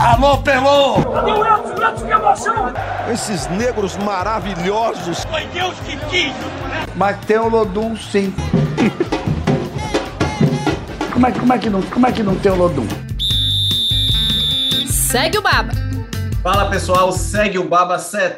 Alô, Pelô! Cadê o Edson? Que emoção! Esses negros maravilhosos. Foi Deus que quis, né? Mas tem o Lodum, sim. Como é que não tem o Lodum? Segue o Baba. Fala pessoal, segue o Baba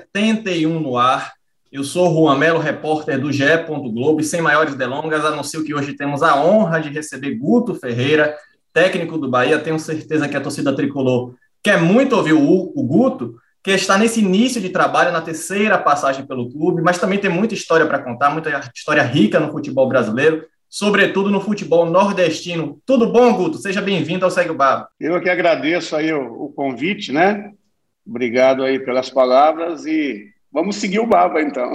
71 no ar. Eu sou o Juan Melo, repórter do GE. Globo, e sem maiores delongas, anuncio que hoje temos a honra de receber Guto Ferreira, técnico do Bahia. Tenho certeza que a torcida tricolor quer muito ouvir o Guto, que está nesse início de trabalho, na terceira passagem pelo clube, mas também tem muita história para contar, muita história rica no futebol brasileiro, sobretudo no futebol nordestino. Tudo bom, Guto? Seja bem-vindo ao Segue o Baba. Eu que agradeço aí o convite, né? Obrigado aí pelas palavras e vamos seguir o Baba, então.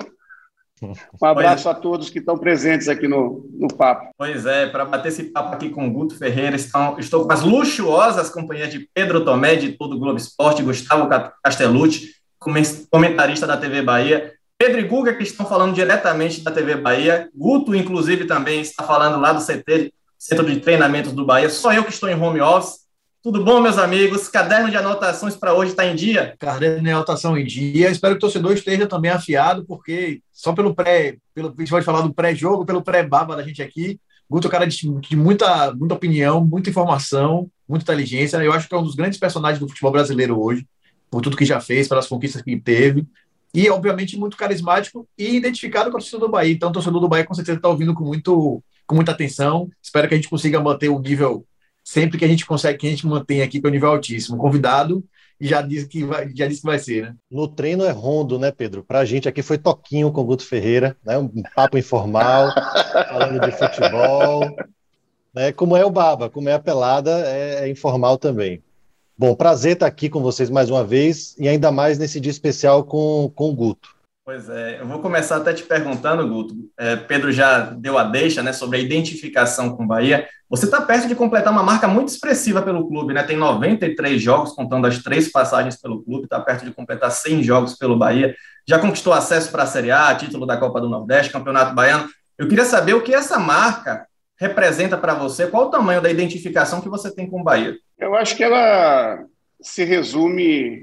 Um abraço a todos que estão presentes aqui no papo. Pois é, para bater esse papo aqui com o Guto Ferreira, estou com as luxuosas companhias de Pedro Tomé, de todo o Globo Esporte, Gustavo Castellucci, comentarista da TV Bahia, Pedro e Guga, que estão falando diretamente da TV Bahia, Guto, inclusive, também está falando lá do CT, Centro de Treinamentos do Bahia, só eu que estou em home office. Tudo bom, meus amigos? Caderno de anotações para hoje está em dia? Caderno de anotação em dia. Espero que o torcedor esteja também afiado, porque só a gente pode falar do pré-jogo, pelo pré-baba da gente aqui. Guto é um cara de muita opinião, muita informação, muita inteligência. Eu acho que é um dos grandes personagens do futebol brasileiro hoje, por tudo que já fez, pelas conquistas que teve. E, obviamente, muito carismático e identificado com a torcida do Bahia. Então, o torcedor do Bahia, com certeza, está ouvindo com muita atenção. Espero que a gente consiga manter o nível sempre que a gente consegue, que a gente mantém aqui pelo nível altíssimo. Convidado e já disse que vai ser, né? No treino é rondo, né, Pedro? Pra gente aqui foi toquinho com o Guto Ferreira, né? Um papo informal, falando de futebol, né? Como é o Baba, como é a pelada, é informal também. Bom, prazer estar aqui com vocês mais uma vez, e ainda mais nesse dia especial com o Guto. Pois é, eu vou começar até te perguntando, Guto. Pedro já deu a deixa, né, sobre a identificação com o Bahia. Você está perto de completar uma marca muito expressiva pelo clube, né? Tem 93 jogos, contando as 3 passagens pelo clube, está perto de completar 100 jogos pelo Bahia. Já conquistou acesso para a Série A, título da Copa do Nordeste, Campeonato Baiano. Eu queria saber o que essa marca representa para você, qual o tamanho da identificação que você tem com o Bahia? Eu acho que ela se resume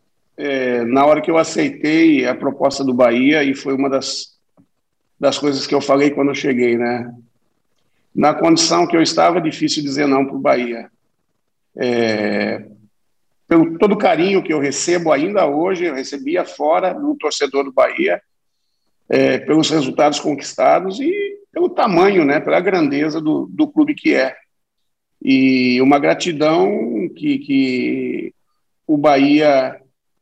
na hora que eu aceitei a proposta do Bahia, e foi uma das coisas que eu falei quando eu cheguei, né? Na condição que eu estava, difícil dizer não para o Bahia. Pelo todo o carinho que eu recebo ainda hoje, eu recebia fora do torcedor do Bahia, pelos resultados conquistados e pelo tamanho, né, pela grandeza do clube que é. E uma gratidão que o Bahia,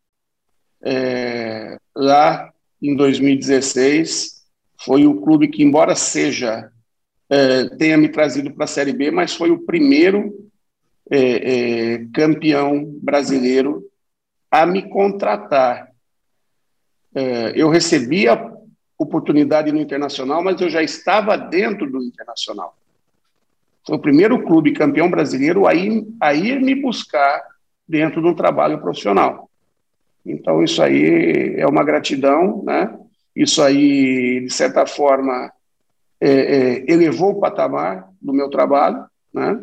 lá em 2016, foi o clube que, embora tenha me trazido para a Série B, mas foi o primeiro campeão brasileiro a me contratar. Eu recebi a oportunidade no Internacional, mas eu já estava dentro do Internacional. Foi o primeiro clube campeão brasileiro a ir me buscar dentro do trabalho profissional. Então, isso aí é uma gratidão, né? Isso aí, de certa forma, elevou o patamar do meu trabalho, né?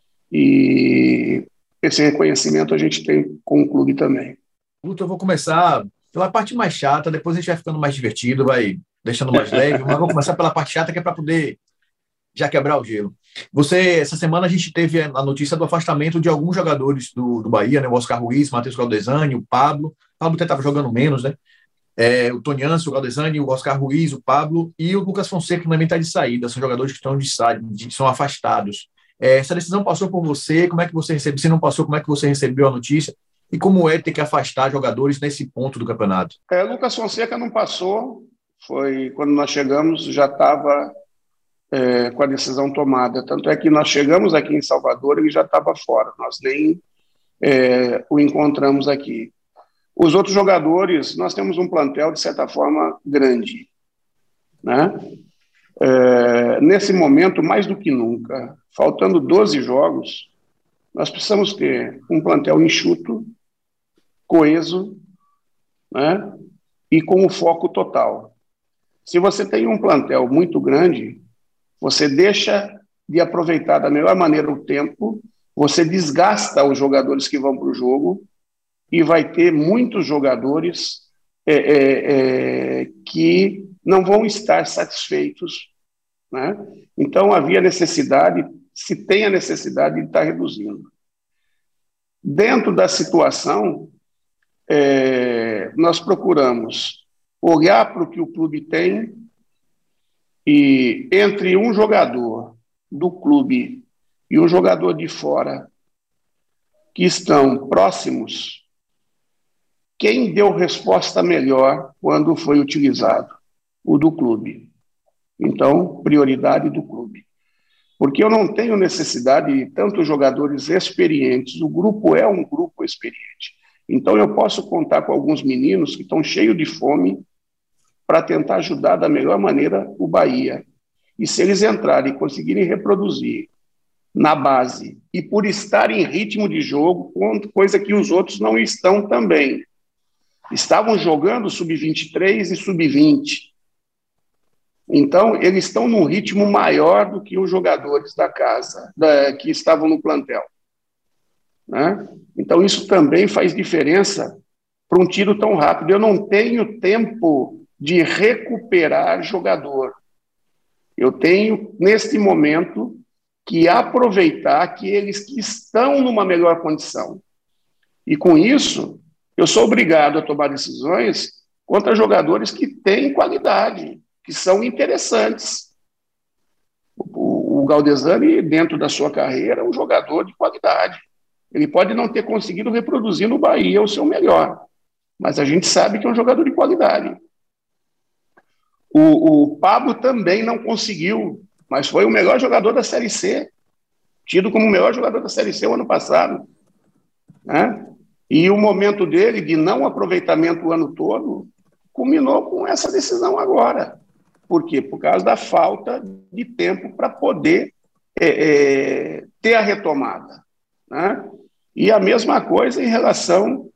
E esse reconhecimento a gente tem com o clube também. Guto, eu vou começar pela parte mais chata, depois a gente vai ficando mais divertido, vai deixando mais leve, mas vou começar pela parte chata, que é para poder já quebrar o gelo. Essa semana a gente teve a notícia do afastamento de alguns jogadores do Bahia, né? O Oscar Ruiz, Matheus Galdesani, o Pablo. O Pablo até estava jogando menos, né? O Tonianço, o Galdesani, o Oscar Ruiz, o Pablo e o Lucas Fonseca, que também está de saída. São jogadores que estão são afastados. Essa decisão passou por você? Como é que você recebeu? Se não passou, como é que você recebeu a notícia? E como é ter que afastar jogadores nesse ponto do campeonato? Lucas Fonseca não passou. Foi quando nós chegamos, já estava com a decisão tomada. Tanto é que nós chegamos aqui em Salvador e ele já estava fora. Nós nem o encontramos aqui. Os outros jogadores, nós temos um plantel, de certa forma, grande, né? Nesse momento, mais do que nunca, faltando 12 jogos, nós precisamos ter um plantel enxuto, coeso, né? E com o foco total. Se você tem um plantel muito grande, você deixa de aproveitar da melhor maneira o tempo, você desgasta os jogadores que vão para o jogo e vai ter muitos jogadores que não vão estar satisfeitos, né? Então, havia necessidade, se tem a necessidade de estar reduzindo. Dentro da situação, nós procuramos olhar para o que o clube tem e entre um jogador do clube e um jogador de fora que estão próximos, quem deu resposta melhor quando foi utilizado? O do clube. Então, prioridade do clube. Porque eu não tenho necessidade de tantos jogadores experientes, o grupo é um grupo experiente. Então, eu posso contar com alguns meninos que estão cheios de fome para tentar ajudar da melhor maneira o Bahia. E se eles entrarem e conseguirem reproduzir na base, e por estar em ritmo de jogo, coisa que os outros não estão também. Estavam jogando sub-23 e sub-20. Então, eles estão num ritmo maior do que os jogadores da casa, que estavam no plantel, né? Então, isso também faz diferença para um tiro tão rápido. Eu não tenho tempo de recuperar jogador. Eu tenho, neste momento, que aproveitar aqueles que estão numa melhor condição. E, com isso, eu sou obrigado a tomar decisões contra jogadores que têm qualidade, que são interessantes. O Galdesani, dentro da sua carreira, é um jogador de qualidade. Ele pode não ter conseguido reproduzir no Bahia o seu melhor, mas a gente sabe que é um jogador de qualidade. O Pablo também não conseguiu, mas foi o melhor jogador da Série C, tido como o melhor jogador da Série C o ano passado, né? E o momento dele de não aproveitamento o ano todo culminou com essa decisão agora. Por quê? Por causa da falta de tempo para poder ter a retomada, né? E a mesma coisa em relação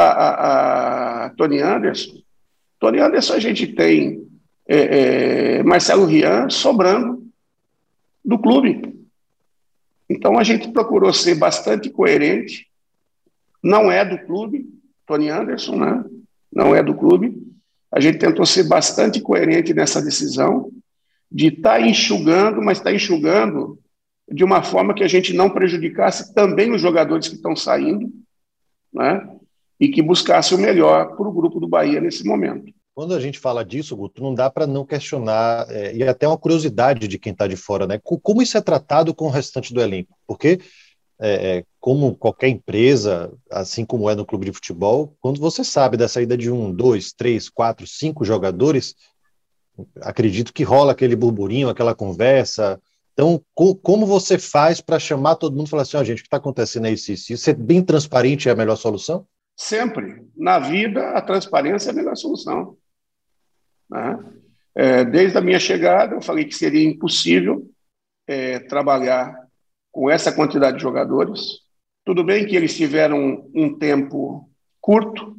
a Tony Anderson. Tony Anderson, a gente tem Marcelo Rian sobrando do clube. Então, a gente procurou ser bastante coerente. Não é do clube, Tony Anderson, né? Não é do clube. A gente tentou ser bastante coerente nessa decisão de estar enxugando, mas estar enxugando de uma forma que a gente não prejudicasse também os jogadores que estão saindo, né? E que buscasse o melhor para o grupo do Bahia nesse momento. Quando a gente fala disso, Guto, não dá para não questionar, e até uma curiosidade de quem está de fora, né? Como isso é tratado com o restante do elenco? Porque, como qualquer empresa, assim como é no clube de futebol, quando você sabe da saída de 1, 2, 3, 4, 5 jogadores, acredito que rola aquele burburinho, aquela conversa. Então, como você faz para chamar todo mundo e falar assim, gente, o que está acontecendo é isso? Ser bem transparente é a melhor solução? Sempre. Na vida, a transparência é a melhor solução, né? Desde a minha chegada, eu falei que seria impossível trabalhar com essa quantidade de jogadores. Tudo bem que eles tiveram um tempo curto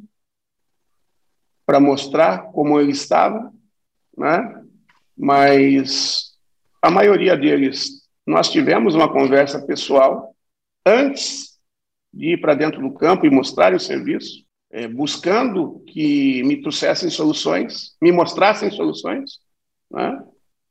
para mostrar como eles estavam, né? Mas a maioria deles, nós tivemos uma conversa pessoal antes de ir para dentro do campo e mostrarem o serviço, buscando que me trouxessem soluções, me mostrassem soluções, né?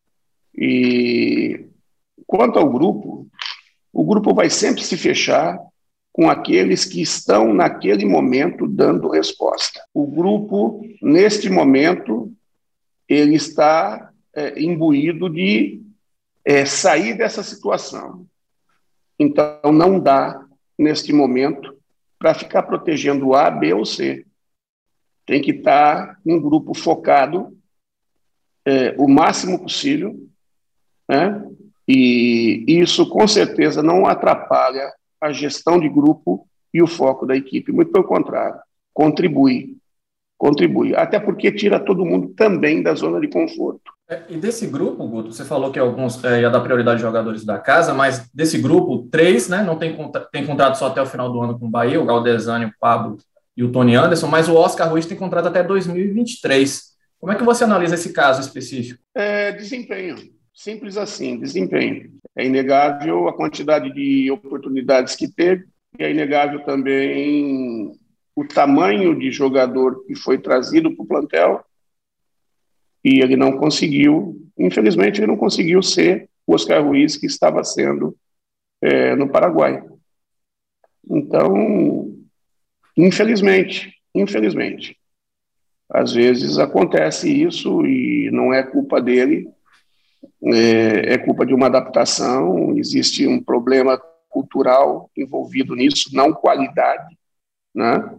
E quanto ao grupo, o grupo vai sempre se fechar com aqueles que estão naquele momento dando resposta. O grupo, neste momento, ele está imbuído de sair dessa situação. Então, não dá, neste momento, para ficar protegendo o A, B ou C. Tem que estar um grupo focado o máximo possível, né? E isso, com certeza, não atrapalha a gestão de grupo e o foco da equipe. Muito pelo contrário, contribui. Até porque tira todo mundo também da zona de conforto. E desse grupo, Guto, você falou que alguns ia dar prioridade aos jogadores da casa, mas desse grupo, 3, né, não tem contrato só até o final do ano com o Bahia, o Galdesani, o Pablo e o Tony Anderson, mas o Oscar Ruiz tem contrato até 2023. Como é que você analisa esse caso específico? Desempenho. Simples assim, desempenho. É inegável a quantidade de oportunidades que teve, e é inegável também o tamanho de jogador que foi trazido para o plantel, e ele não conseguiu, infelizmente, ele não conseguiu ser o Oscar Ruiz que estava sendo no Paraguai. Então, infelizmente, às vezes acontece isso e não é culpa dele, é culpa de uma adaptação, existe um problema cultural envolvido nisso, não qualidade, né?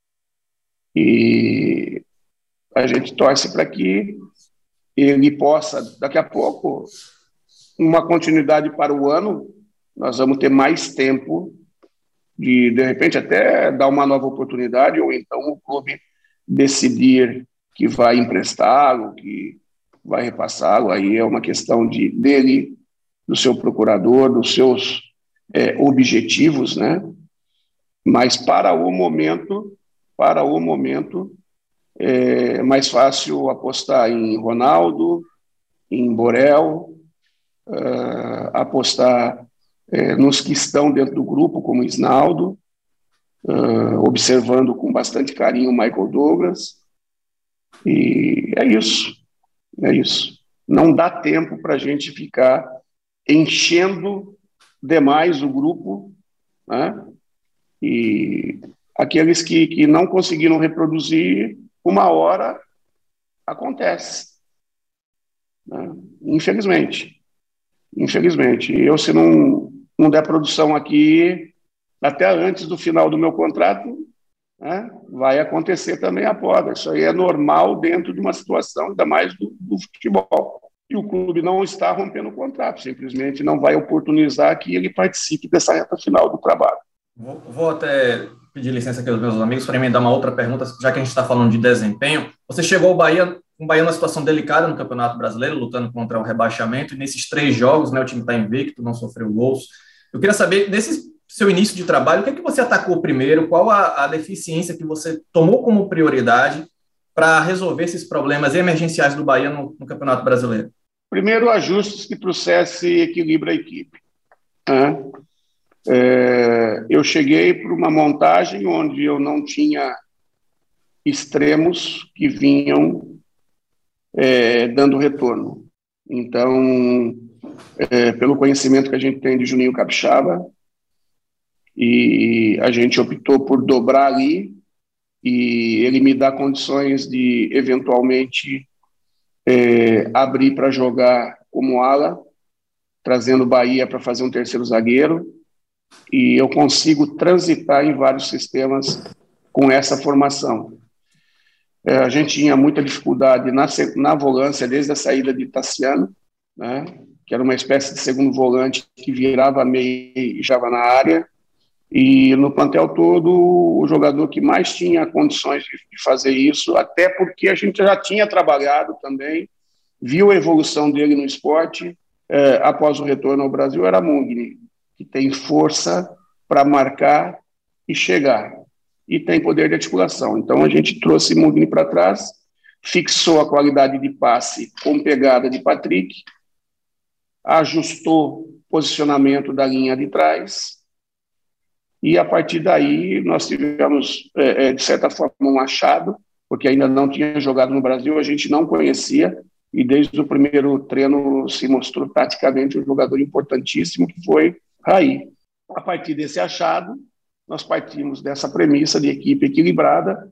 E a gente torce para que ele possa, daqui a pouco, uma continuidade para o ano, nós vamos ter mais tempo de repente, até dar uma nova oportunidade, ou então o clube decidir que vai emprestá-lo, que vai repassá-lo, aí é uma questão dele, do seu procurador, dos seus objetivos, né? Mas para o momento, é mais fácil apostar em Ronaldo, em Borel, apostar nos que estão dentro do grupo, como Isnaldo, observando com bastante carinho o Michael Douglas, e é isso. Não dá tempo para a gente ficar enchendo demais o grupo, né? E aqueles que não conseguiram reproduzir, uma hora acontece, né? Infelizmente. Eu, se não der produção aqui até antes do final do meu contrato, né, vai acontecer também a poda. Isso aí é normal dentro de uma situação, ainda mais do futebol. E o clube não está rompendo o contrato, simplesmente não vai oportunizar que ele participe dessa reta final do trabalho. Vou até pedir licença aqui aos meus amigos para emendar uma outra pergunta, já que a gente está falando de desempenho. Você chegou ao Bahia, um Bahia numa situação delicada no Campeonato Brasileiro, lutando contra o rebaixamento, e nesses 3 jogos, né, o time está invicto, não sofreu gols. Eu queria saber, nesse seu início de trabalho, o que é que você atacou primeiro? Qual a deficiência que você tomou como prioridade para resolver esses problemas emergenciais do Bahia no Campeonato Brasileiro? Primeiro, ajustes que trouxesse equilíbrio à equipe, né? Eu cheguei para uma montagem onde eu não tinha extremos que vinham dando retorno. Então, pelo conhecimento que a gente tem de Juninho Capixaba, e a gente optou por dobrar ali, e ele me dá condições de, eventualmente, abrir para jogar como ala, trazendo Bahia para fazer um terceiro zagueiro, e eu consigo transitar em vários sistemas com essa formação. A gente tinha muita dificuldade na volância desde a saída de Tassiano, né, que era uma espécie de segundo volante que virava meio e jogava na área, e no plantel todo o jogador que mais tinha condições de fazer isso, até porque a gente já tinha trabalhado também, viu a evolução dele no esporte, após o retorno ao Brasil, era Mugni, que tem força para marcar e chegar, e tem poder de articulação. Então a gente trouxe Mugni para trás, fixou a qualidade de passe com pegada de Patrick, ajustou o posicionamento da linha de trás, e a partir daí nós tivemos, de certa forma, um achado, porque ainda não tinha jogado no Brasil, a gente não conhecia, e desde o primeiro treino se mostrou taticamente um jogador importantíssimo, que foi Raí. A partir desse achado, nós partimos dessa premissa de equipe equilibrada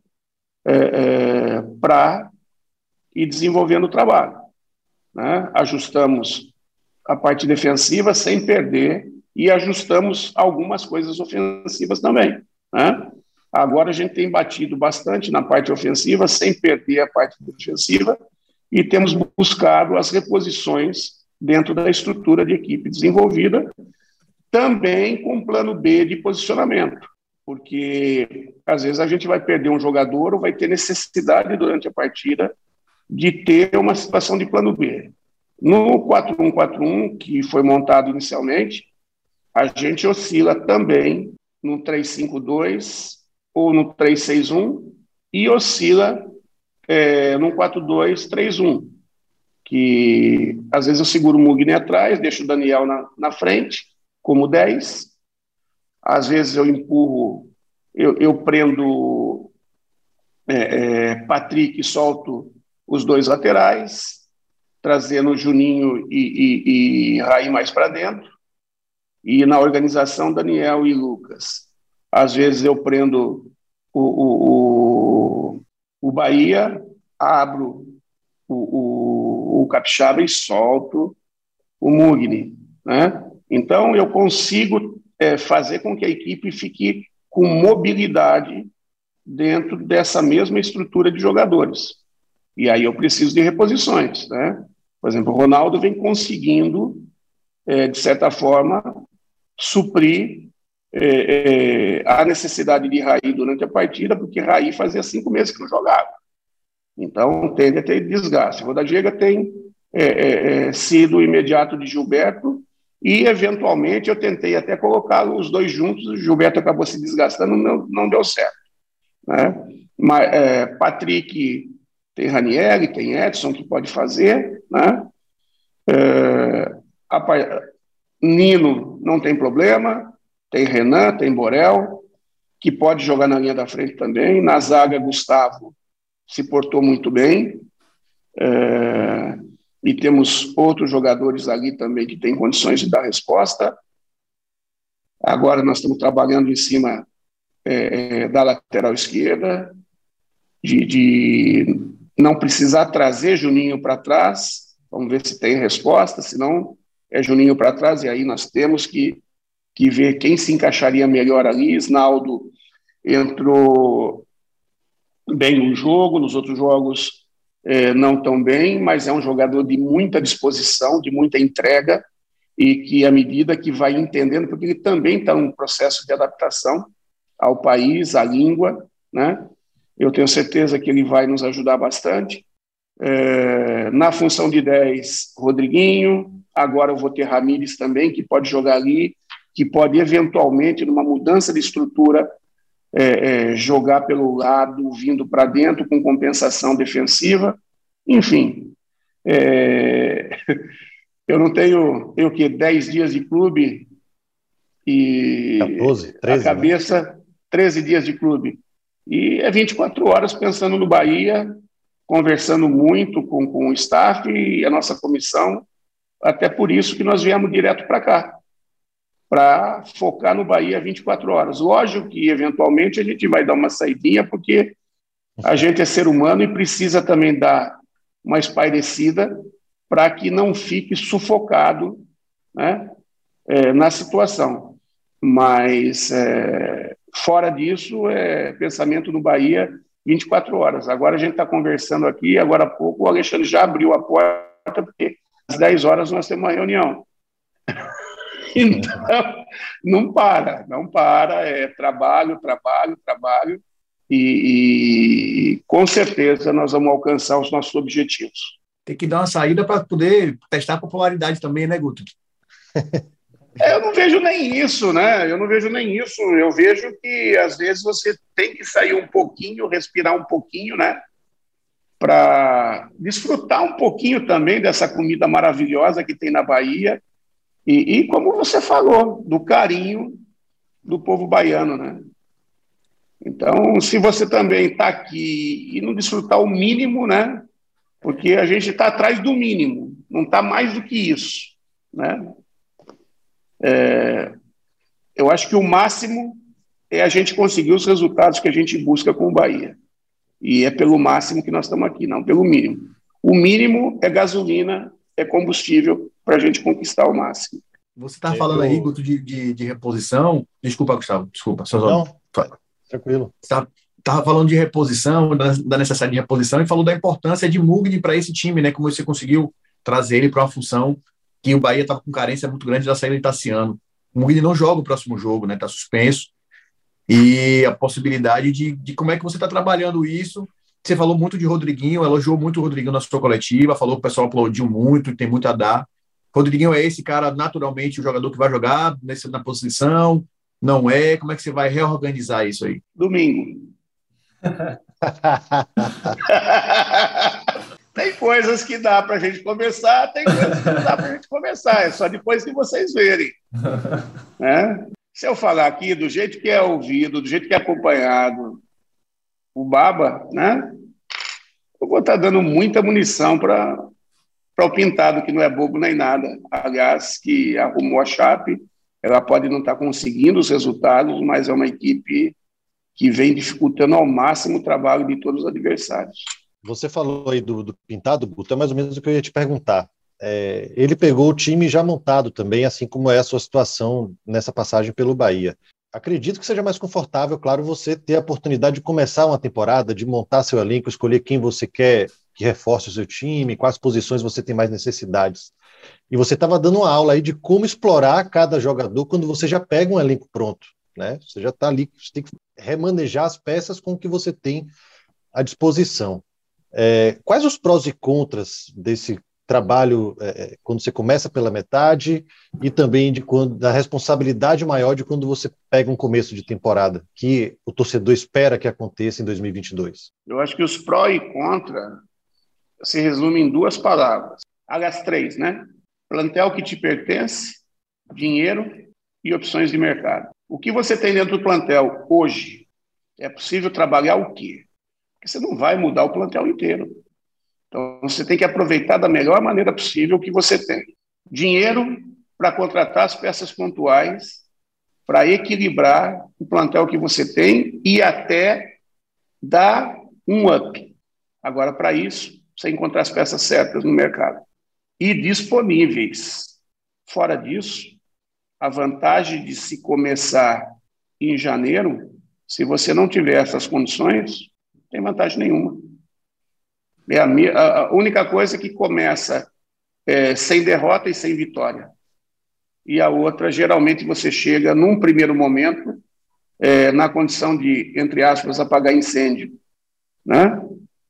para ir desenvolvendo o trabalho, né? Ajustamos a parte defensiva sem perder e ajustamos algumas coisas ofensivas também, né? Agora a gente tem batido bastante na parte ofensiva sem perder a parte defensiva e temos buscado as reposições dentro da estrutura de equipe desenvolvida, também com plano B de posicionamento, porque às vezes a gente vai perder um jogador ou vai ter necessidade durante a partida de ter uma situação de plano B. No 4-1-4-1, que foi montado inicialmente, a gente oscila também no 3-5-2 ou no 3-6-1 e oscila no 4-2-3-1, que às vezes eu seguro o Mugni atrás, deixo o Daniel na frente, como 10. Às vezes eu empurro, eu prendo Patrick e solto os 2 laterais, trazendo Juninho e Raí mais para dentro. E na organização, Daniel e Lucas. Às vezes eu prendo o Bahia, abro o Capixaba e solto o Mugni, né? Então, eu consigo fazer com que a equipe fique com mobilidade dentro dessa mesma estrutura de jogadores. E aí eu preciso de reposições, né? Por exemplo, o Ronaldo vem conseguindo, de certa forma, suprir a necessidade de Raí durante a partida, porque Raí fazia 5 meses que não jogava. Então, tende a ter desgaste. O Rodallega tem sido imediato de Gilberto e, eventualmente, eu tentei até colocar os 2 juntos, o Gilberto acabou se desgastando, não deu certo, né? Mas, Patrick tem Ranieri, tem Edson, que pode fazer, né? Nino não tem problema, tem Renan, tem Borel, que pode jogar na linha da frente também. Na zaga, Gustavo se portou muito bem, e temos outros jogadores ali também que têm condições de dar resposta. Agora nós estamos trabalhando em cima da lateral esquerda, de não precisar trazer Juninho para trás. Vamos ver se tem resposta, senão é Juninho para trás, e aí nós temos que ver quem se encaixaria melhor ali. Isnaldo entrou bem no jogo, nos outros jogos não tão bem, mas é um jogador de muita disposição, de muita entrega, e que, à medida que vai entendendo, porque ele também está num processo de adaptação ao país, à língua, né? Eu tenho certeza que ele vai nos ajudar bastante. Na função de 10, Rodriguinho. Agora eu vou ter Ramírez também, que pode jogar ali, que pode, eventualmente, numa mudança de estrutura, jogar pelo lado, vindo para dentro, com compensação defensiva. Enfim, eu não tenho o quê? 10 dias de clube e 14, 13, a cabeça, né? 13 dias de clube. E 24 horas pensando no Bahia, conversando muito com o staff e a nossa comissão. Até por isso que nós viemos direto para cá, para focar no Bahia 24 horas. Lógico que, eventualmente, a gente vai dar uma saidinha, porque a gente é ser humano e precisa também dar uma espairecida para que não fique sufocado, né, na situação. Mas, fora disso, pensamento no Bahia 24 horas. Agora a gente está conversando aqui, agora há pouco o Alexandre já abriu a porta, porque às 10 horas nós temos uma reunião. Então, não para, é trabalho, e com certeza nós vamos alcançar os nossos objetivos. Tem que dar uma saída para poder testar a popularidade também, né, Guto? Eu não vejo nem isso, né? Eu vejo que, às vezes, você tem que sair um pouquinho, respirar um pouquinho, né? Para desfrutar um pouquinho também dessa comida maravilhosa que tem na Bahia. E como você falou, do carinho do povo baiano, né? Então, se você também está aqui e não desfrutar o mínimo, né? Porque a gente está atrás do mínimo, não está mais do que isso, né? Eu acho que o máximo é a gente conseguir os resultados que a gente busca com o Bahia. E é pelo máximo que nós estamos aqui, não pelo mínimo. O mínimo é gasolina, é combustível para a gente conquistar o máximo. Você está falando aí, Guto, de reposição. Desculpa, Gustavo, desculpa. Não, tranquilo. Estava falando de reposição, da necessidade de reposição, e falou da importância de Mugni para esse time, né? Como você conseguiu trazer ele para uma função que o Bahia estava com carência muito grande da saída de Tassiano. O Mugni não joga o próximo jogo, né? Está suspenso. E a possibilidade de como é que você está trabalhando isso. Você falou muito de Rodriguinho, elogiou muito o Rodriguinho na sua coletiva, falou que o pessoal aplaudiu muito, tem muito a dar. Rodriguinho é esse cara, naturalmente, o jogador que vai jogar na posição? Não é? Como é que você vai reorganizar isso aí? Domingo. Tem coisas que dá para a gente conversar, tem coisas que não dá para a gente conversar, é só depois que vocês verem. Né? Se eu falar aqui do jeito que é ouvido, do jeito que é acompanhado, o Baba, né? Eu vou estar dando muita munição para o Pintado, que não é bobo nem nada. Aliás, que arrumou a Chape, ela pode não estar conseguindo os resultados, mas é uma equipe que vem dificultando ao máximo o trabalho de todos os adversários. Você falou aí do Pintado, Guto, é mais ou menos o que eu ia te perguntar. Ele pegou o time já montado também, assim como é a sua situação nessa passagem pelo Bahia. Acredito que seja mais confortável, claro, você ter a oportunidade de começar uma temporada, de montar seu elenco, escolher quem você quer que reforce o seu time, quais posições você tem mais necessidades. E você estava dando uma aula aí de como explorar cada jogador quando você já pega um elenco pronto, né? Você já está ali, você tem que remanejar as peças com o que você tem à disposição. Quais os prós e contras desse trabalho quando você começa pela metade e também da responsabilidade maior de quando você pega um começo de temporada, que o torcedor espera que aconteça em 2022? Eu acho que os pró e contra se resumem em 2 palavras. Aliás, 3, né? Plantel que te pertence, dinheiro e opções de mercado. O que você tem dentro do plantel hoje, é possível trabalhar o quê? Porque você não vai mudar o plantel inteiro. Então, você tem que aproveitar da melhor maneira possível o que você tem. Dinheiro para contratar as peças pontuais, para equilibrar o plantel que você tem e até dar um up. Agora, para isso, você encontrar as peças certas no mercado e disponíveis. Fora disso, a vantagem de se começar em janeiro, se você não tiver essas condições, não tem vantagem nenhuma. A única coisa que começa sem derrota e sem vitória. E a outra, geralmente, você chega num primeiro momento na condição de, entre aspas, apagar incêndio. Né?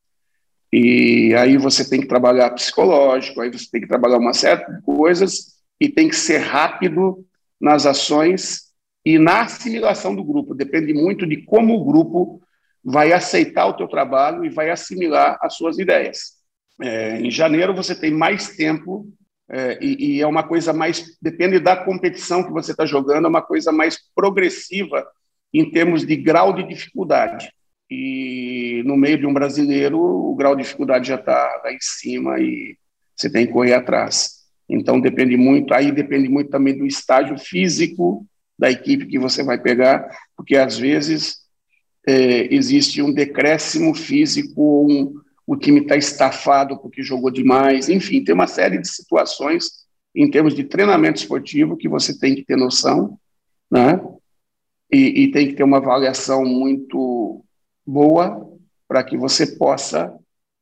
E aí você tem que trabalhar psicológico, aí você tem que trabalhar uma série de coisas e tem que ser rápido nas ações e na assimilação do grupo. Depende muito de como o grupo vai aceitar o teu trabalho e vai assimilar as suas ideias. Em janeiro você tem mais tempo e é uma coisa mais... Depende da competição que você está jogando, é uma coisa mais progressiva em termos de grau de dificuldade. E no meio de um brasileiro, o grau de dificuldade já está lá em cima e você tem que correr atrás. Então depende muito também do estágio físico da equipe que você vai pegar, porque às vezes existe um decréscimo físico, o time está estafado porque jogou demais, enfim, tem uma série de situações em termos de treinamento esportivo que você tem que ter noção, né? E tem que ter uma avaliação muito boa para que você possa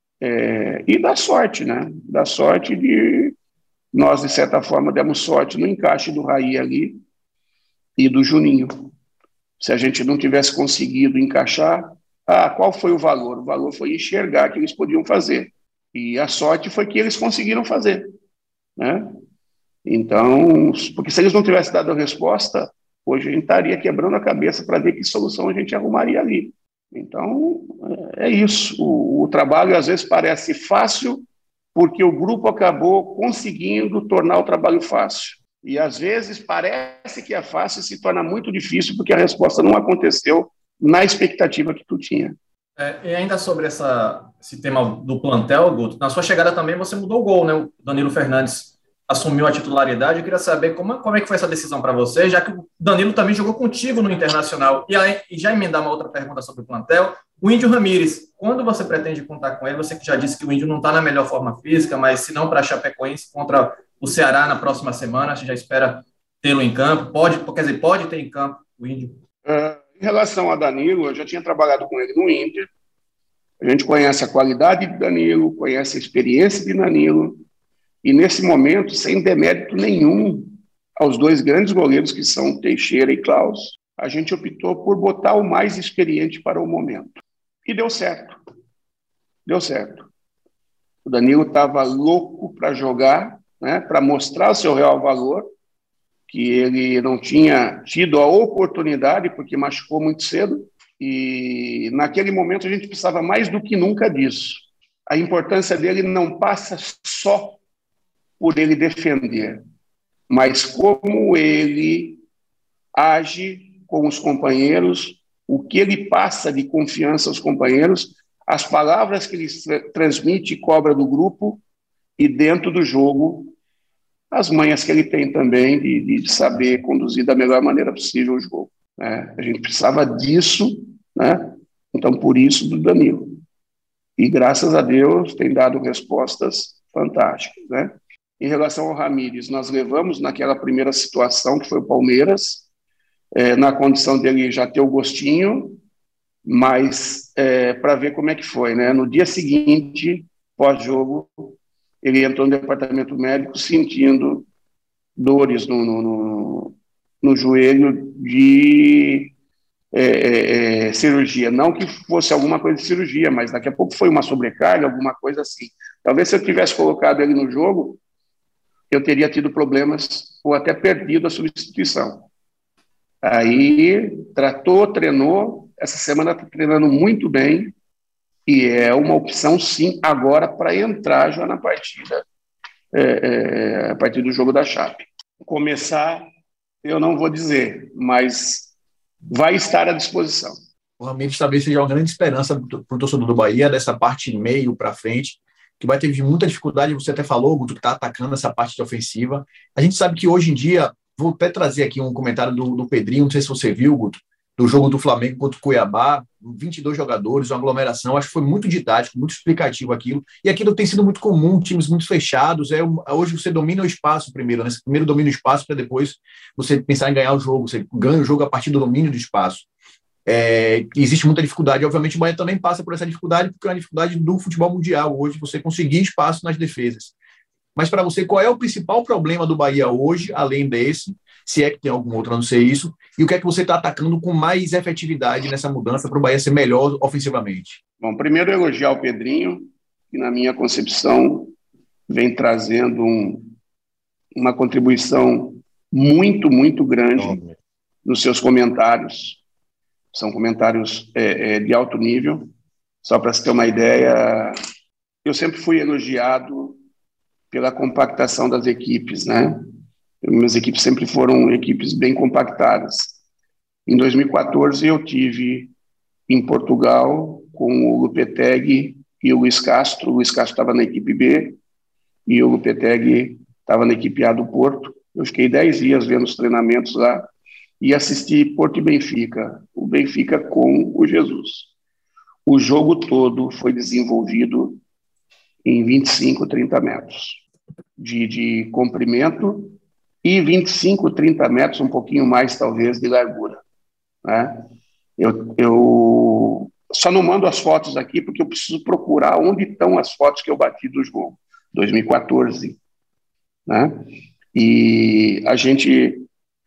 e dar sorte, né? Dar sorte de... Nós, de certa forma, demos sorte no encaixe do Raí ali e do Juninho. Se a gente não tivesse conseguido encaixar, qual foi o valor? O valor foi enxergar que eles podiam fazer. E a sorte foi que eles conseguiram fazer. Né? Então, porque se eles não tivessem dado a resposta, hoje a gente estaria quebrando a cabeça para ver que solução a gente arrumaria ali. Então, é isso. O trabalho, às vezes, parece fácil porque o grupo acabou conseguindo tornar o trabalho fácil. E, às vezes, parece que é fácil e se torna muito difícil porque a resposta não aconteceu na expectativa que tu tinha. E ainda sobre esse tema do plantel, Guto, na sua chegada também você mudou o gol, né? O Danilo Fernandes assumiu a titularidade. Eu queria saber como é que foi essa decisão para você, já que o Danilo também jogou contigo no Internacional. E já emendar uma outra pergunta sobre o plantel, o Índio Ramírez, quando você pretende contar com ele? Você que já disse que o Índio não está na melhor forma física, mas se não para a Chapecoense contra o Ceará na próxima semana, você já espera tê-lo em campo? Pode ter em campo o Índio? Em relação a Danilo, eu já tinha trabalhado com ele no Inter. A gente conhece a qualidade de Danilo, conhece a experiência de Danilo. E nesse momento, sem demérito nenhum aos 2 grandes goleiros que são Teixeira e Klaus, a gente optou por botar o mais experiente para o momento. E deu certo. Deu certo. O Danilo estava louco para jogar, né, para mostrar o seu real valor, que ele não tinha tido a oportunidade, porque machucou muito cedo, e naquele momento a gente precisava mais do que nunca disso. a importância dele não passa só por ele defender, mas como ele age com os companheiros, o que ele passa de confiança aos companheiros, as palavras que ele transmite e cobra do grupo, e dentro do jogo, as manhas que ele tem também de saber conduzir da melhor maneira possível o jogo, né? A gente precisava disso, né? Então, por isso, do Danilo. E, graças a Deus, tem dado respostas fantásticas, né? Em relação ao Ramírez, nós levamos naquela primeira situação, que foi o Palmeiras, na condição dele já ter o gostinho, mas para ver como é que foi, né? No dia seguinte, pós-jogo, ele entrou no departamento médico sentindo dores no joelho de cirurgia. Não que fosse alguma coisa de cirurgia, mas daqui a pouco foi uma sobrecarga, alguma coisa assim. Talvez se eu tivesse colocado ele no jogo, eu teria tido problemas ou até perdido a substituição. Aí, tratou, treinou, essa semana está treinando muito bem, e é uma opção, sim, agora para entrar já na partida, a partir do jogo da Chape. Começar, eu não vou dizer, mas vai estar à disposição. O Ramírez talvez seja uma grande esperança para o torcedor do Bahia, dessa parte meio para frente, que vai ter muita dificuldade, você até falou, Guto, que está atacando essa parte de ofensiva. A gente sabe que hoje em dia, vou até trazer aqui um comentário do Pedrinho, não sei se você viu, Guto, do jogo do Flamengo contra o Cuiabá, 22 jogadores, uma aglomeração, acho que foi muito didático, muito explicativo aquilo, e aquilo tem sido muito comum, times muito fechados, hoje você domina o espaço primeiro, né? Você primeiro domina o espaço para depois você pensar em ganhar o jogo, você ganha o jogo a partir do domínio do espaço. Existe muita dificuldade, obviamente o Bahia também passa por essa dificuldade, porque é uma dificuldade do futebol mundial, hoje você conseguir espaço nas defesas. Mas para você, qual é o principal problema do Bahia hoje, além desse, se é que tem algum outro a não ser isso, e o que é que você está atacando com mais efetividade nessa mudança para o Bahia ser melhor ofensivamente? Bom, primeiro elogiar o Pedrinho, que na minha concepção vem trazendo uma contribuição muito, muito grande nos seus comentários. São comentários de alto nível. Só para você ter uma ideia, eu sempre fui elogiado pela compactação das equipes, né? Minhas equipes sempre foram equipes bem compactadas. Em 2014, eu tive em Portugal com o Lopetegui e o Luiz Castro. O Luiz Castro estava na equipe B e o Lopetegui estava na equipe A do Porto. Eu fiquei 10 dias vendo os treinamentos lá e assisti Porto e Benfica. O Benfica com o Jesus. O jogo todo foi desenvolvido em 25, 30 metros de comprimento e 25, 30 metros, um pouquinho mais, talvez, de largura, né? Eu só não mando as fotos aqui porque eu preciso procurar onde estão as fotos que eu bati do jogo, 2014, né? E a gente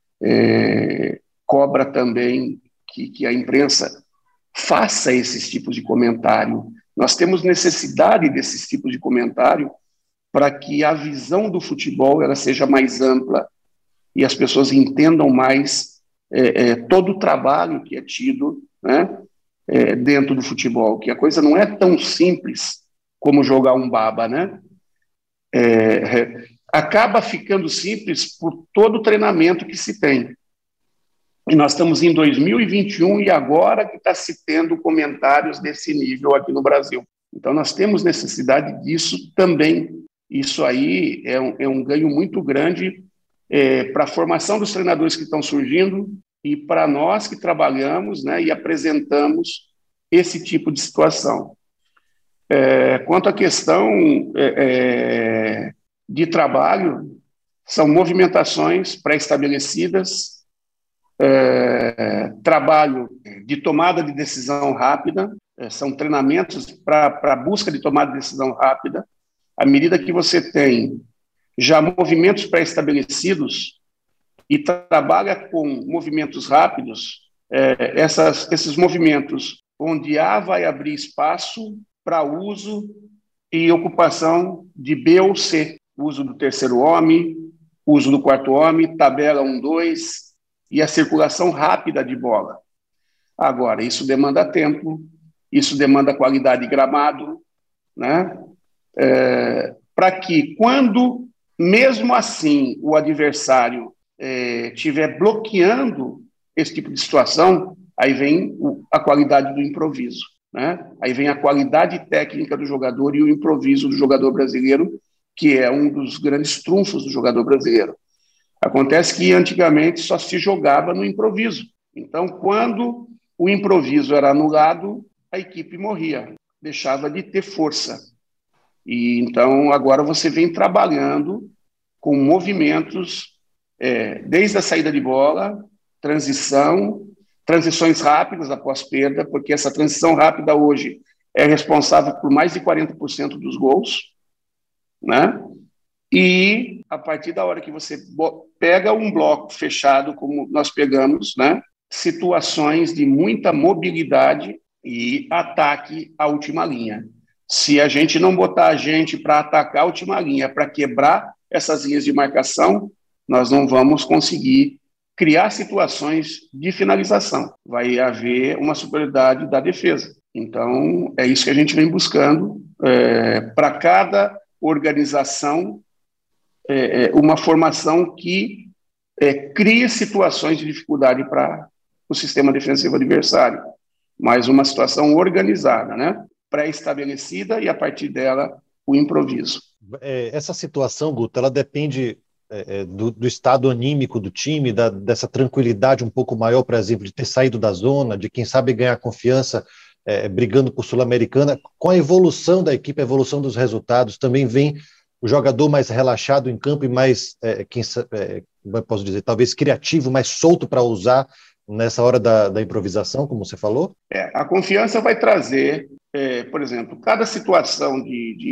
cobra também que a imprensa faça esses tipos de comentário. Nós temos necessidade desses tipos de comentário para que a visão do futebol ela seja mais ampla e as pessoas entendam mais todo o trabalho que é tido, né, dentro do futebol, que a coisa não é tão simples como jogar um baba, né? Acaba ficando simples por todo o treinamento que se tem. E nós estamos em 2021 e agora que está se tendo comentários desse nível aqui no Brasil. Então nós temos necessidade disso também. Isso aí é um ganho muito grande para a formação dos treinadores que estão surgindo e para nós que trabalhamos, né, e apresentamos esse tipo de situação. Quanto à questão de trabalho, são movimentações pré-estabelecidas, trabalho de tomada de decisão rápida, são treinamentos para busca de tomada de decisão rápida. À medida que você tem já movimentos pré-estabelecidos e trabalha com movimentos rápidos, esses movimentos onde A vai abrir espaço para uso e ocupação de B ou C, uso do terceiro homem, uso do quarto homem, tabela 1-2 e a circulação rápida de bola. Agora, isso demanda tempo, isso demanda qualidade de gramado, né? Para que, quando, mesmo assim, o adversário estiver bloqueando esse tipo de situação, aí vem a qualidade do improviso, né? Aí vem a qualidade técnica do jogador e o improviso do jogador brasileiro, que é um dos grandes trunfos do jogador brasileiro. Acontece que antigamente só se jogava no improviso. Então, quando o improviso era anulado, a equipe morria, deixava de ter força. E então agora você vem trabalhando com movimentos desde a saída de bola, transições rápidas após perda, porque essa transição rápida hoje é responsável por mais de 40% dos gols, né? E a partir da hora que você pega um bloco fechado, como nós pegamos, né? Situações de muita mobilidade e ataque à última linha. Se a gente não botar a gente para atacar a última linha, para quebrar essas linhas de marcação, nós não vamos conseguir criar situações de finalização. Vai haver uma superioridade da defesa. Então, é isso que a gente vem buscando para cada organização, uma formação que crie situações de dificuldade para o sistema defensivo adversário, mas uma situação organizada, né? Pré-estabelecida, e a partir dela o improviso. Essa situação, Guto, ela depende do estado anímico do time, dessa tranquilidade um pouco maior, por exemplo, de ter saído da zona, de quem sabe ganhar confiança brigando por Sul-Americana. Com a evolução da equipe, a evolução dos resultados, também vem o jogador mais relaxado em campo e mais, como eu posso dizer, talvez criativo, mais solto para usar nessa hora da improvisação, como você falou? A confiança vai trazer, por exemplo, cada situação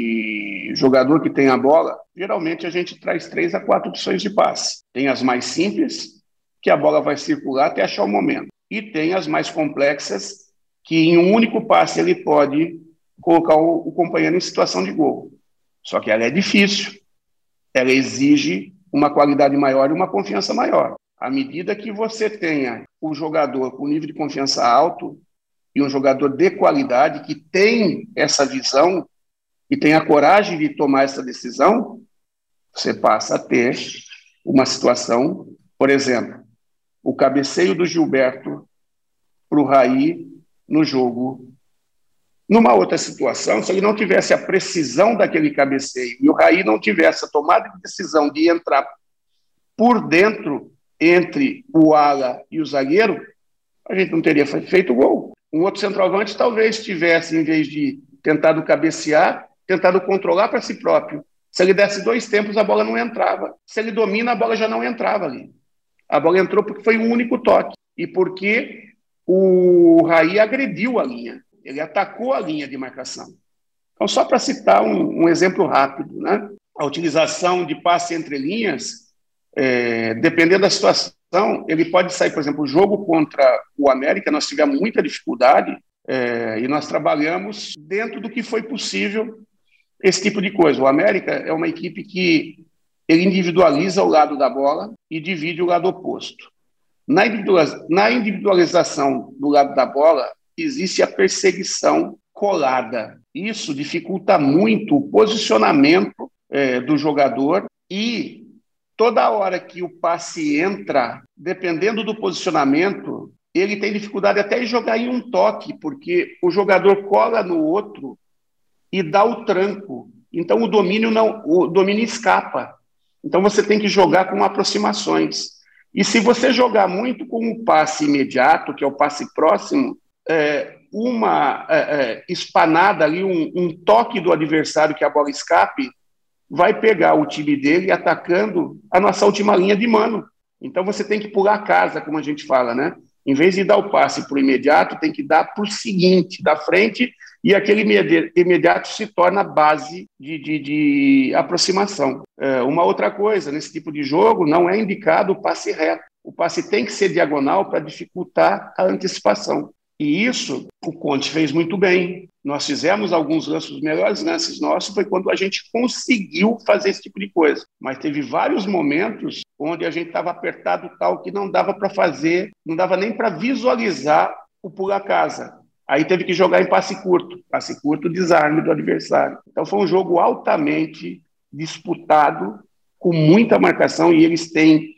de jogador que tem a bola, geralmente a gente traz 3 a 4 opções de passe. Tem as mais simples, que a bola vai circular até achar o momento. E tem as mais complexas, que em um único passe ele pode colocar o companheiro em situação de gol. Só que ela é difícil, ela exige uma qualidade maior e uma confiança maior. À medida que você tenha um jogador com nível de confiança alto e um jogador de qualidade que tem essa visão e tem a coragem de tomar essa decisão, você passa a ter uma situação, por exemplo, o cabeceio do Gilberto para o Raí no jogo. Numa outra situação, se ele não tivesse a precisão daquele cabeceio e o Raí não tivesse a tomada de decisão de entrar por dentro entre o ala e o zagueiro, a gente não teria feito o gol. Um outro centroavante talvez tivesse, em vez de tentado cabecear, tentado controlar para si próprio. Se ele desse 2 tempos, a bola não entrava. Se ele domina, a bola já não entrava ali. A bola entrou porque foi um único toque e porque o Raí agrediu a linha. Ele atacou a linha de marcação. Então, só para citar um exemplo rápido, né? A utilização de passe entre linhas, dependendo da situação, ele pode sair, por exemplo, o jogo contra o América, nós tivemos muita dificuldade e nós trabalhamos dentro do que foi possível esse tipo de coisa. O América é uma equipe que ele individualiza o lado da bola e divide o lado oposto. Na individualização do lado da bola, existe a perseguição colada. Isso dificulta muito o posicionamento do jogador e toda hora que o passe entra, dependendo do posicionamento, ele tem dificuldade até em jogar em um toque, porque o jogador cola no outro e dá o tranco. Então o domínio escapa. Então você tem que jogar com aproximações. E se você jogar muito com o passe imediato, que é o passe próximo, uma espanada ali, um toque do adversário que a bola escape, vai pegar o time dele atacando a nossa última linha de mano. Então você tem que pular a casa, como a gente fala, né? Em vez de dar o passe para o imediato, tem que dar para o seguinte, da frente, e aquele imediato se torna base de aproximação. Uma outra coisa, nesse tipo de jogo, não é indicado o passe reto. O passe tem que ser diagonal para dificultar a antecipação. E isso o Conte fez muito bem. Nós fizemos alguns lances, os melhores lances nossos foi quando a gente conseguiu fazer esse tipo de coisa. Mas teve vários momentos onde a gente estava apertado tal que não dava para fazer, não dava nem para visualizar o pular casa. Aí teve que jogar em passe curto, desarme do adversário. Então foi um jogo altamente disputado, com muita marcação, e eles têm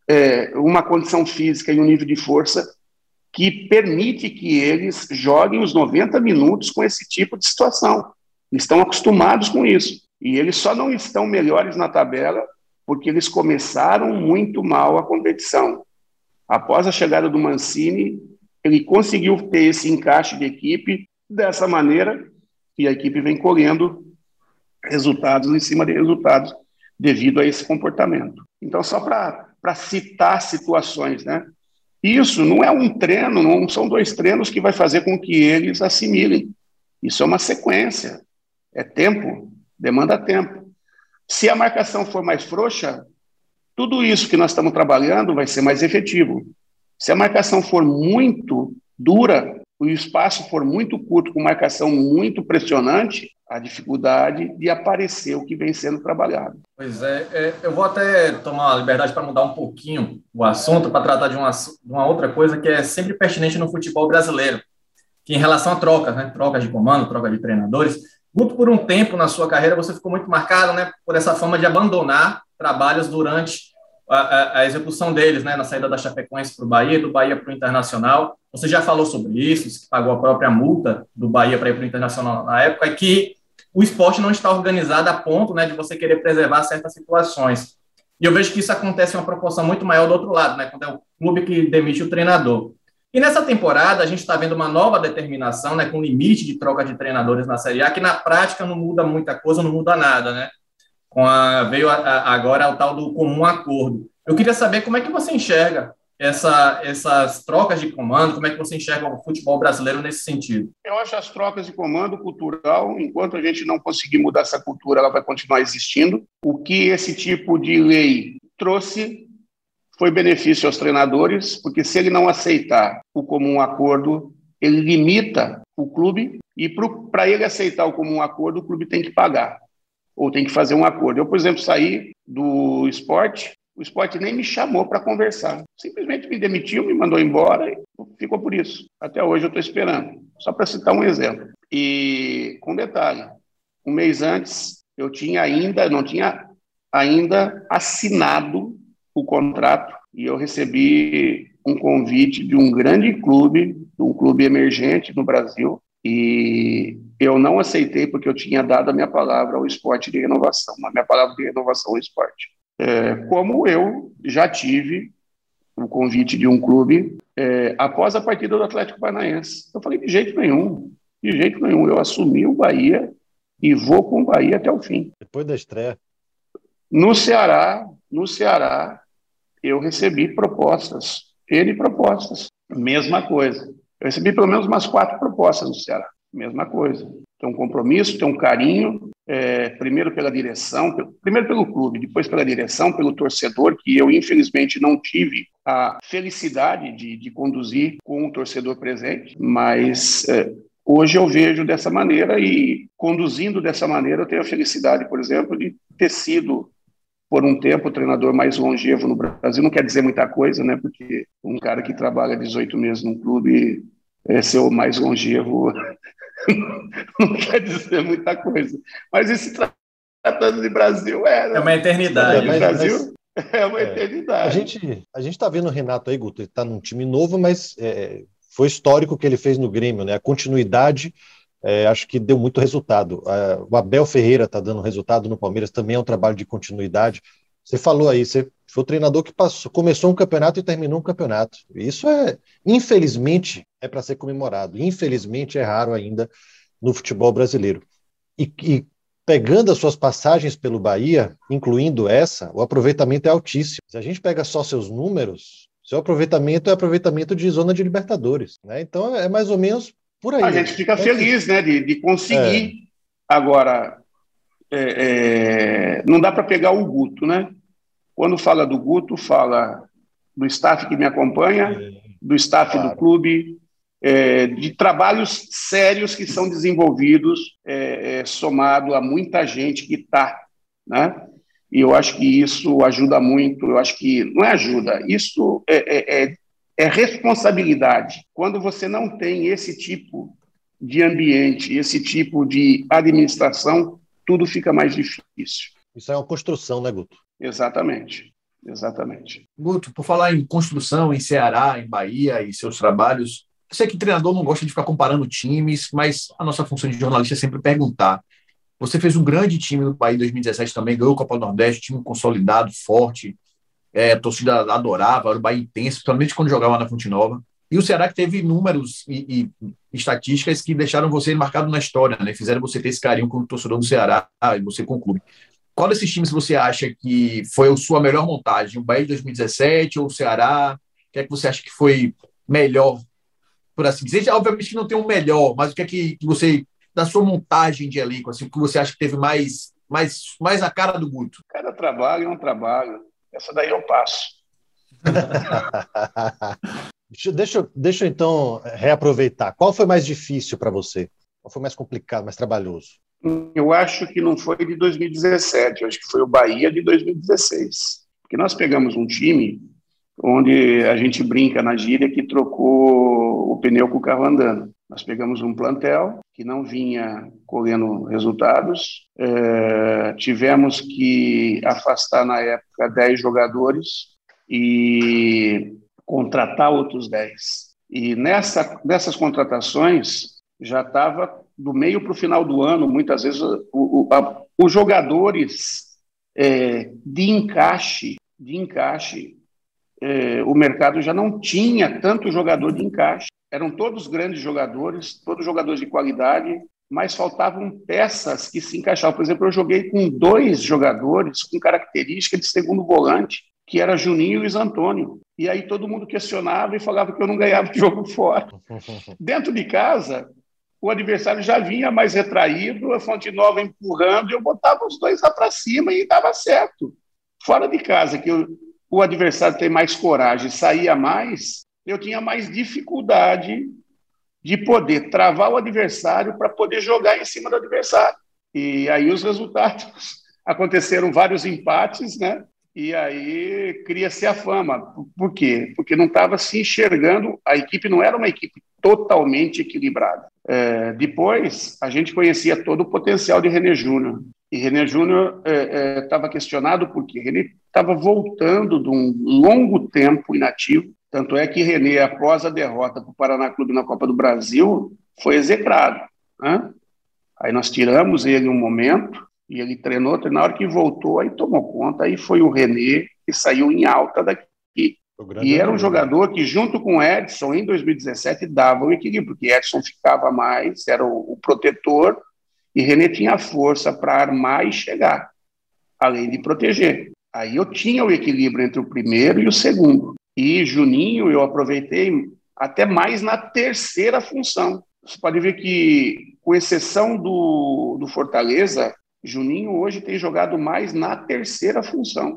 uma condição física e um nível de força que permite que eles joguem os 90 minutos com esse tipo de situação. Eles estão acostumados com isso. E eles só não estão melhores na tabela porque eles começaram muito mal a competição. Após a chegada do Mancini, ele conseguiu ter esse encaixe de equipe dessa maneira, e a equipe vem colhendo resultados em cima de resultados devido a esse comportamento. Então, só para citar situações, né? Isso não é um treino, não são 2 treinos que vai fazer com que eles assimilem. Isso é uma sequência, é tempo, demanda tempo. Se a marcação for mais frouxa, tudo isso que nós estamos trabalhando vai ser mais efetivo. Se a marcação for muito dura, o espaço for muito curto, com marcação muito pressionante, a dificuldade de aparecer o que vem sendo trabalhado. Pois eu vou até tomar a liberdade para mudar um pouquinho o assunto, para tratar de uma outra coisa que é sempre pertinente no futebol brasileiro, que em relação a trocas, né? Trocas de comando, trocas de treinadores. Guto, por um tempo na sua carreira, você ficou muito marcado, né, por essa fama de abandonar trabalhos durante a execução deles, né, na saída da Chapecoense para o Bahia, do Bahia para o Internacional. Você já falou sobre isso, que pagou a própria multa do Bahia para ir para o Internacional na época, é que o esporte não está organizado a ponto, né, de você querer preservar certas situações. E eu vejo que isso acontece em uma proporção muito maior do outro lado, né, quando é o clube que demite o treinador. E nessa temporada, a gente está vendo uma nova determinação, né, com limite de troca de treinadores na Série A, que na prática não muda muita coisa, não muda nada, né? Veio agora o tal do comum acordo. Eu queria saber como é que você enxerga essas trocas de comando, como é que você enxerga o futebol brasileiro nesse sentido? Eu acho as trocas de comando cultural, enquanto a gente não conseguir mudar essa cultura, ela vai continuar existindo. O que esse tipo de lei trouxe foi benefício aos treinadores, porque se ele não aceitar o comum acordo, ele limita o clube, e para ele aceitar o comum acordo, o clube tem que pagar, ou tem que fazer um acordo. Eu, por exemplo, saí do esporte, o esporte nem me chamou para conversar, simplesmente me demitiu, me mandou embora e ficou por isso. Até hoje eu estou esperando, só para citar um exemplo. E com detalhe, um mês antes eu não tinha ainda assinado o contrato, e eu recebi um convite de um grande clube, de um clube emergente no Brasil, e eu não aceitei porque eu tinha dado a minha palavra ao esporte de renovação, a minha palavra de renovação ao esporte. Como eu já tive o convite de um clube após a partida do Atlético Paranaense. Eu falei, de jeito nenhum, eu assumi o Bahia e vou com o Bahia até o fim. Depois da estreia. No Ceará, eu recebi propostas, mesma coisa. Eu recebi pelo menos umas 4 propostas no Ceará, mesma coisa. Tem um compromisso, tem um carinho, primeiro pela direção, primeiro pelo clube, depois pela direção, pelo torcedor, que eu infelizmente não tive a felicidade de conduzir com o torcedor presente, mas hoje eu vejo dessa maneira, e conduzindo dessa maneira eu tenho a felicidade, por exemplo, de ter sido por um tempo o treinador mais longevo no Brasil. Não quer dizer muita coisa, né? Porque um cara que trabalha 18 meses num clube ser o mais longevo não quer dizer muita coisa. Mas esse tratando de Brasil é uma eternidade. Brasil é uma eternidade. A gente está vendo o Renato aí, Guto, ele está num time novo, mas foi histórico o que ele fez no Grêmio, né? A continuidade, acho que deu muito resultado. O Abel Ferreira está dando resultado no Palmeiras, também é um trabalho de continuidade. Você falou aí, você foi o treinador que começou um campeonato e terminou um campeonato. Isso infelizmente, é para ser comemorado. Infelizmente, é raro ainda no futebol brasileiro. E pegando as suas passagens pelo Bahia, incluindo essa, o aproveitamento é altíssimo. Se a gente pega só seus números, seu aproveitamento é aproveitamento de zona de Libertadores, né? Então, é mais ou menos por aí. A gente fica feliz, né, de conseguir. Agora, não dá para pegar o Guto, né? Quando fala do Guto, fala do staff que me acompanha, do staff do clube, de trabalhos sérios que são desenvolvidos, somado a muita gente que está, né? E eu acho que isso ajuda muito. Eu acho que não ajuda, isso é responsabilidade. Quando você não tem esse tipo de ambiente, esse tipo de administração, tudo fica mais difícil. Isso é uma construção, né, Guto? Exatamente. Guto, por falar em construção, em Ceará, em Bahia e seus trabalhos, eu sei que treinador não gosta de ficar comparando times, mas a nossa função de jornalista é sempre perguntar. Você fez um grande time no Bahia em 2017 também, ganhou a Copa do Nordeste, time consolidado, forte, a torcida adorava, era o Bahia intenso, principalmente quando jogava na Fonte Nova. E o Ceará que teve números e estatísticas que deixaram você marcado na história, né? Fizeram você ter esse carinho como torcedor do Ceará e você com o clube. Qual desses times você acha que foi a sua melhor montagem? O Bahia de 2017 ou o Ceará? O que é que você acha que foi melhor, por assim dizer? Obviamente que não tem um melhor, mas o que é que você, da sua montagem de elenco, assim, o que você acha que teve mais a cara do Guto? Cada trabalho é um trabalho. Essa daí eu passo. Deixa eu então reaproveitar. Qual foi mais difícil para você? Qual foi mais complicado, mais trabalhoso? Eu acho que não foi de 2017, eu acho que foi o Bahia de 2016. Porque nós pegamos um time onde a gente brinca na gíria que trocou o pneu com o carro andando. Nós pegamos um plantel que não vinha colhendo resultados, tivemos que afastar na época 10 jogadores e contratar outros 10. E nessas contratações já estava do meio para o final do ano, muitas vezes os jogadores de encaixe, o mercado já não tinha tanto jogador de encaixe. Eram todos grandes jogadores, todos jogadores de qualidade, mas faltavam peças que se encaixavam. Por exemplo, eu joguei com 2 jogadores com característica de segundo volante, que era Juninho e Luiz Antônio. E aí todo mundo questionava e falava que eu não ganhava o jogo fora. Dentro de casa, o adversário já vinha mais retraído, a Fonte Nova empurrando, e eu botava os 2 lá para cima e dava certo. Fora de casa, que o adversário tem mais coragem, saía mais, eu tinha mais dificuldade de poder travar o adversário para poder jogar em cima do adversário. E aí os resultados aconteceram, vários empates, né? E aí cria-se a fama. Por quê? Porque não estava se enxergando, a equipe não era uma equipe totalmente equilibrada. Depois, a gente conhecia todo o potencial de René Júnior. E René Júnior estava questionado porque René estava voltando de um longo tempo inativo. Tanto é que René, após a derrota para o Paraná Clube na Copa do Brasil, foi execrado, né? Aí nós tiramos ele um momento, e ele treinou, na hora que voltou, aí tomou conta, aí foi o René que saiu em alta daqui. E era um jogador que, junto com o Edson, em 2017, dava o equilíbrio, porque Edson ficava mais, era o protetor, e René tinha força para armar e chegar, além de proteger. Aí eu tinha o equilíbrio entre o primeiro e o segundo. E Juninho eu aproveitei até mais na terceira função. Você pode ver que, com exceção do Fortaleza, Juninho hoje tem jogado mais na terceira função,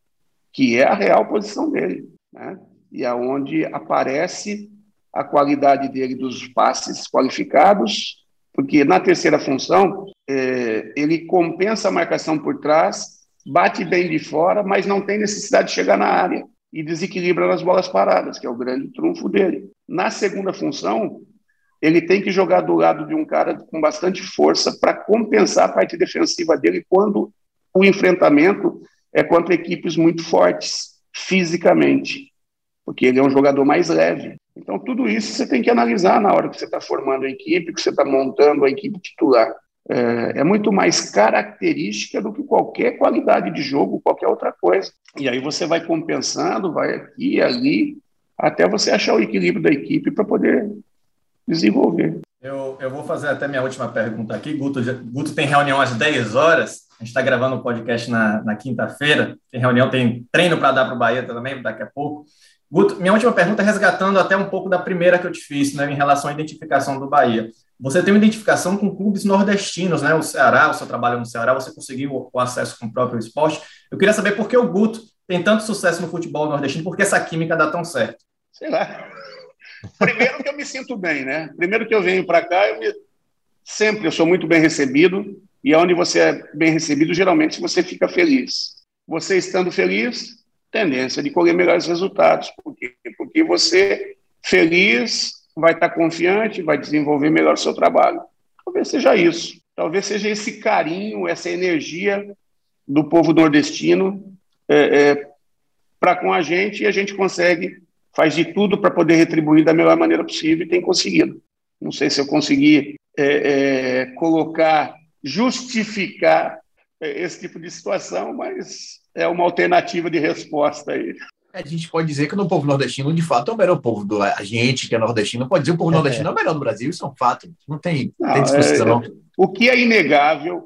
que é a real posição dele, né? E é onde aparece a qualidade dele dos passes qualificados, porque na terceira função ele compensa a marcação por trás, bate bem de fora, mas não tem necessidade de chegar na área e desequilibra nas bolas paradas, que é o grande trunfo dele. Na segunda função, ele tem que jogar do lado de um cara com bastante força para compensar a parte defensiva dele quando o enfrentamento é contra equipes muito fortes fisicamente, porque ele é um jogador mais leve. Então, tudo isso você tem que analisar na hora que você está formando a equipe, que você está montando a equipe titular. É muito mais característica do que qualquer qualidade de jogo, qualquer outra coisa. E aí você vai compensando, vai aqui e ali, até você achar o equilíbrio da equipe para poder desenvolver. Eu vou fazer até minha última pergunta aqui. Guto tem reunião às 10 horas, a gente está gravando um podcast na quinta-feira, tem reunião, tem treino para dar para o Bahia também, daqui a pouco. Guto, minha última pergunta é resgatando até um pouco da primeira que eu te fiz, né, em relação à identificação do Bahia. Você tem uma identificação com clubes nordestinos, né? O Ceará, o seu trabalho no Ceará, você conseguiu o acesso com o próprio esporte. Eu queria saber por que o Guto tem tanto sucesso no futebol nordestino, por que essa química dá tão certo? Sei lá. Primeiro que eu me sinto bem, né? Primeiro que eu venho para cá, sempre eu sou muito bem recebido, e onde você é bem recebido, geralmente você fica feliz. Você estando feliz, tendência de colher melhores resultados. Por quê? Porque você feliz, vai estar confiante, vai desenvolver melhor o seu trabalho. Talvez seja isso. Talvez seja esse carinho, essa energia do povo nordestino para com a gente, e a gente faz de tudo para poder retribuir da melhor maneira possível, e tem conseguido. Não sei se eu consegui justificar esse tipo de situação, mas é uma alternativa de resposta aí. A gente pode dizer que no povo nordestino, de fato, é o melhor povo. A gente que é nordestino pode dizer que o povo nordestino é o melhor do Brasil, isso é um fato. Não tem discussão. O que é inegável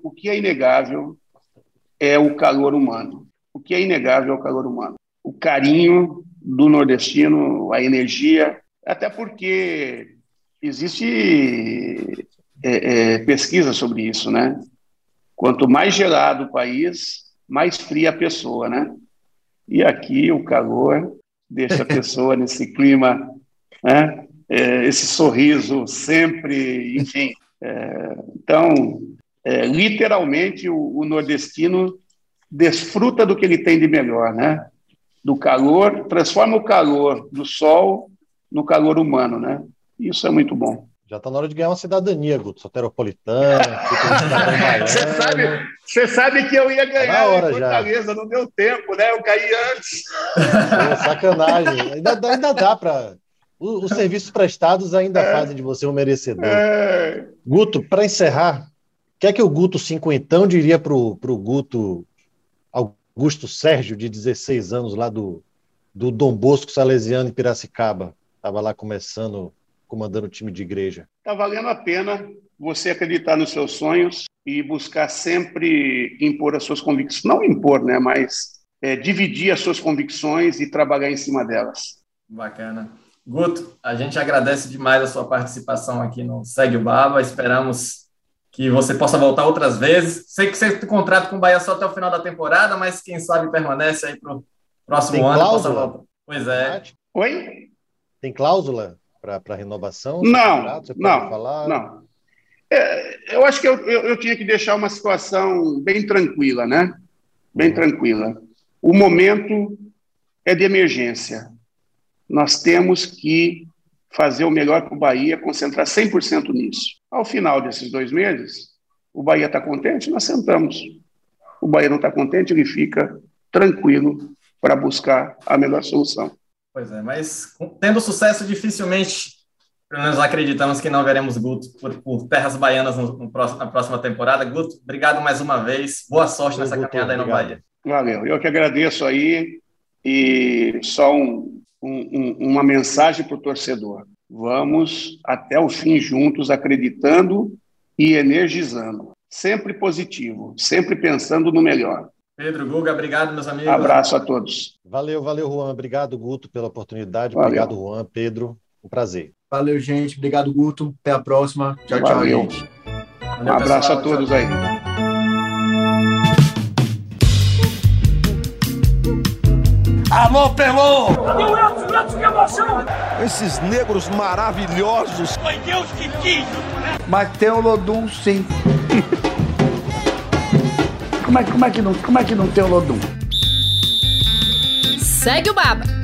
é o calor humano. O que é inegável é o calor humano. O carinho do nordestino, a energia, até porque existe pesquisa sobre isso, né? Quanto mais gelado o país, mais fria a pessoa, né? E aqui o calor deixa a pessoa nesse clima, né? Esse sorriso sempre, enfim. Então, literalmente, o nordestino desfruta do que ele tem de melhor, né? Do calor, transforma o calor do sol no calor humano, né? Isso é muito bom. Já está na hora de ganhar uma cidadania, Guto, soteropolitana. Você sabe que eu ia ganhar em Fortaleza, já. Não deu tempo, né? Eu caí antes. Sacanagem. Ainda dá para... Os serviços prestados ainda fazem de você um merecedor. Guto, para encerrar, o que é que o Guto cinquentão diria para o Guto Augusto Sérgio, de 16 anos, lá do Dom Bosco Salesiano em Piracicaba? Estava lá comandando o time de igreja. Está valendo a pena você acreditar nos seus sonhos e buscar sempre impor as suas convicções. Não impor, né? Mas dividir as suas convicções e trabalhar em cima delas. Bacana. Guto, a gente agradece demais a sua participação aqui no Segue o Baba. Esperamos que você possa voltar outras vezes. Sei que você tem contrato com o Bahia só até o final da temporada, mas quem sabe permanece aí para o próximo ano. Cláusula? Pois é. Oi? Tem cláusula para renovação? Não. Não. Eu acho que eu tinha que deixar uma situação bem tranquila, né? Bem tranquila. O momento é de emergência. Nós temos que fazer o melhor para o Bahia, concentrar 100% nisso. Ao final desses 2 meses, o Bahia está contente, nós sentamos. O Bahia não está contente, ele fica tranquilo para buscar a melhor solução. Pois é, mas tendo sucesso, dificilmente, pelo menos acreditamos que não veremos Guto por terras baianas na próxima temporada. Guto, obrigado mais uma vez. Boa sorte nessa caminhada aí no Bahia. Valeu, eu que agradeço aí, e só uma mensagem para o torcedor. Vamos até o fim juntos, acreditando e energizando. Sempre positivo, sempre pensando no melhor. Pedro, Guga, obrigado, meus amigos. Abraço a todos. Valeu, Juan. Obrigado, Guto, pela oportunidade. Valeu. Obrigado, Juan. Pedro, um prazer. Valeu, gente. Obrigado, Guto. Até a próxima. Tchau, Valeu. gente. Um abraço a todos aí. Alô, Pelô! Que emoção! Esses negros maravilhosos. Foi Deus que quis! Mas tem o Lodum, sim. Como é que não tem o Lodum? Segue o Baba!